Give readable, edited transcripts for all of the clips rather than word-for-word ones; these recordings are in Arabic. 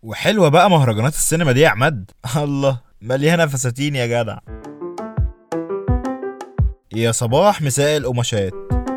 وحلوة بقى مهرجانات السينما دي يا عماد. الله مليانة فساتين يا جدع. يا صباح مساء القماشات.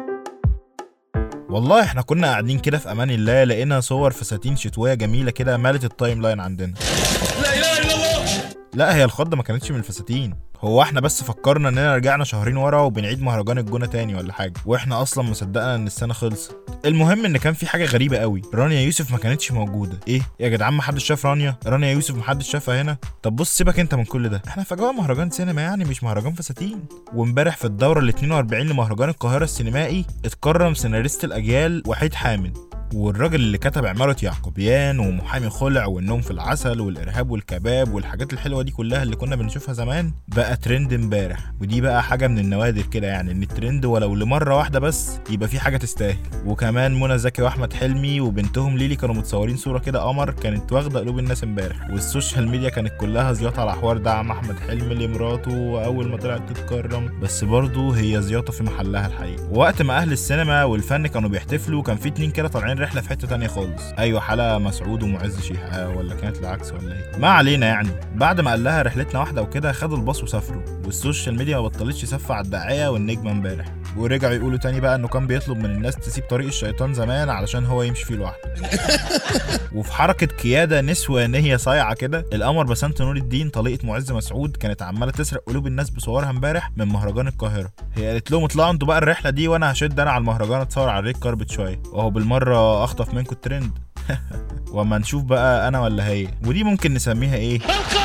والله احنا كنا قاعدين كده في امان الله، لقينا صور فساتين شتوية جميلة كده مالت التايم لاين عندنا. لا اله الا الله. لا هي الخضة ما كانتش من الفساتين، هو احنا بس فكرنا اننا رجعنا شهرين ورا وبنعيد مهرجان الجونة تاني ولا حاجة، واحنا اصلا مصدقنا ان السنة خلصت. المهم ان كان في حاجة غريبة قوي، رانيا يوسف ما كانتش موجودة. ايه يا جدعان محدش شاف رانيا يوسف محدش شافها هنا؟ طب بص سيبك انت من كل ده، احنا في اجواء مهرجان سينما يعني مش مهرجان فساتين. وامبارح في الدورة ال 42 لمهرجان القاهرة السينمائي اتكرم سيناريست الاجيال وحيد حامد، والراجل اللي كتب عمارة يعقوبيان ومحامي خلع والنوم في العسل والارهاب والكباب والحاجات الحلوة دي كلها اللي كنا بنشوفها زمان بقى ترند امبارح. ودي بقى حاجة من النوادر كده، يعني ان الترند ولو لمرة واحدة بس يبقى في حاجة تستاهل. وكمان منى زكي واحمد حلمي وبنتهم ليلي كانوا متصورين صورة كده قمر، كانت واخدة قلوب الناس امبارح، والسوشيال ميديا كانت كلها زياطة على حوار دعم احمد حلمي لمراته واول ما طلعت تتكرم، بس برضه هي زياطة في محلها الحقيقة. وقت ما اهل السينما والفن كانوا بيحتفلوا كان في اتنين كده طالعين رحلة في حتة تانية خالص. ايوه حلا مسعود ومعز شيحة، ولا كانت العكس ولا ايه؟ ما علينا. يعني بعد ما قال لها رحلتنا واحدة وكده خدوا الباص وسافروا، والسوشيال ميديا ما بطلتش تسفع على الداعية والنجمة امبارح، ورجعوا يقولوا تاني بقى انه كان بيطلب من الناس تسيب طريق الشيطان زمان علشان هو يمشي فيه لوحده. وفي حركة قيادة نسوانية صايعة كده، القمر بسنت نور الدين طليقة معز مسعود كانت عمالة تسرق قلوب الناس بصورها امبارح من مهرجان القاهرة. هي قالت لهم اطلعوا انتوا بقى الرحلة دي وانا هشد انا على المهرجان اتصور على الريد كاربت شوية، وهو بالمرة اخطف منكم الترند. وما نشوف بقى انا ولا هي، ودي ممكن نسميها ايه؟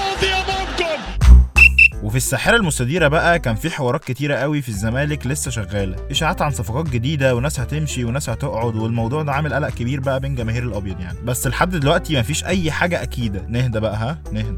وفي الساحرة المستديرة بقى كان في حوارات كتيرة قوي في الزمالك لسه شغالة، اشاعات عن صفقات جديدة وناس هتمشي وناس هتقعد، والموضوع ده عامل قلق كبير بقى بين جماهير الابيض يعني. بس لحد دلوقتي مفيش اي حاجة اكيدة. نهدى بقى، ها نهدى.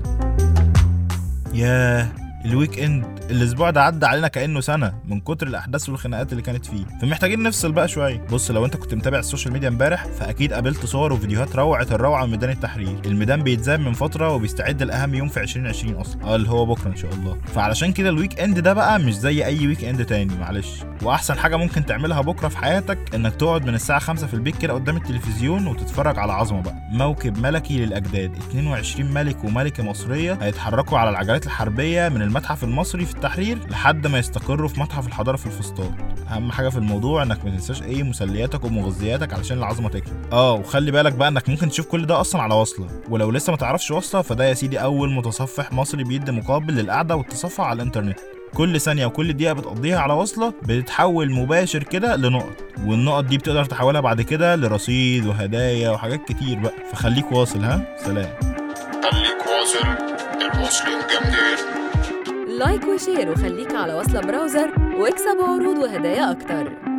ياه الويك اند الاسبوع ده عدى علينا كانه سنه من كتر الاحداث والخناقات اللي كانت فيه، فمحتاجين نفصل بقى شويه. بص لو انت كنت متابع السوشيال ميديا امبارح فاكيد قابلت صور وفيديوهات روعه الروعه من ميدان التحرير. الميدان بيتذاب من فتره وبيستعد لاهم يوم في 2020 اصلا، اللي هو بكره ان شاء الله. فعلشان كده الويك اند ده بقى مش زي اي ويك اند تاني معلش. واحسن حاجه ممكن تعملها بكره في حياتك انك تقعد من الساعه 5 في البيت كده قدام التلفزيون وتتفرج على عظمه بقى. موكب ملكي للاجداد، 22 ملك وملكه مصريه هيتحركوا على العجلات الحربيه من المتحف المصري في التحرير لحد ما يستقروا في متحف الحضاره في الفسطاط. اهم حاجه في الموضوع انك ما تنساش ايه مسلياتك ومغذياتك علشان العظمه تكمل. وخلي بالك بقى انك ممكن تشوف كل ده اصلا على وصله، ولو لسه ما تعرفش وصله فده يا سيدي اول متصفح مصري بيدي مقابل للقعده والتصفح على الانترنت. كل ثانيه وكل دقيقه بتقضيها على وصله بتتحول مباشر كده لنقط، والنقط دي بتقدر تحولها بعد كده لرصيد وهدايا وحاجات كتير بقى. فخليك واصل، ها سلام. خليك واصل، المصريين جامدين. لايك وشير وخليك على وصلة براوزر واكسب عروض وهدايا اكتر.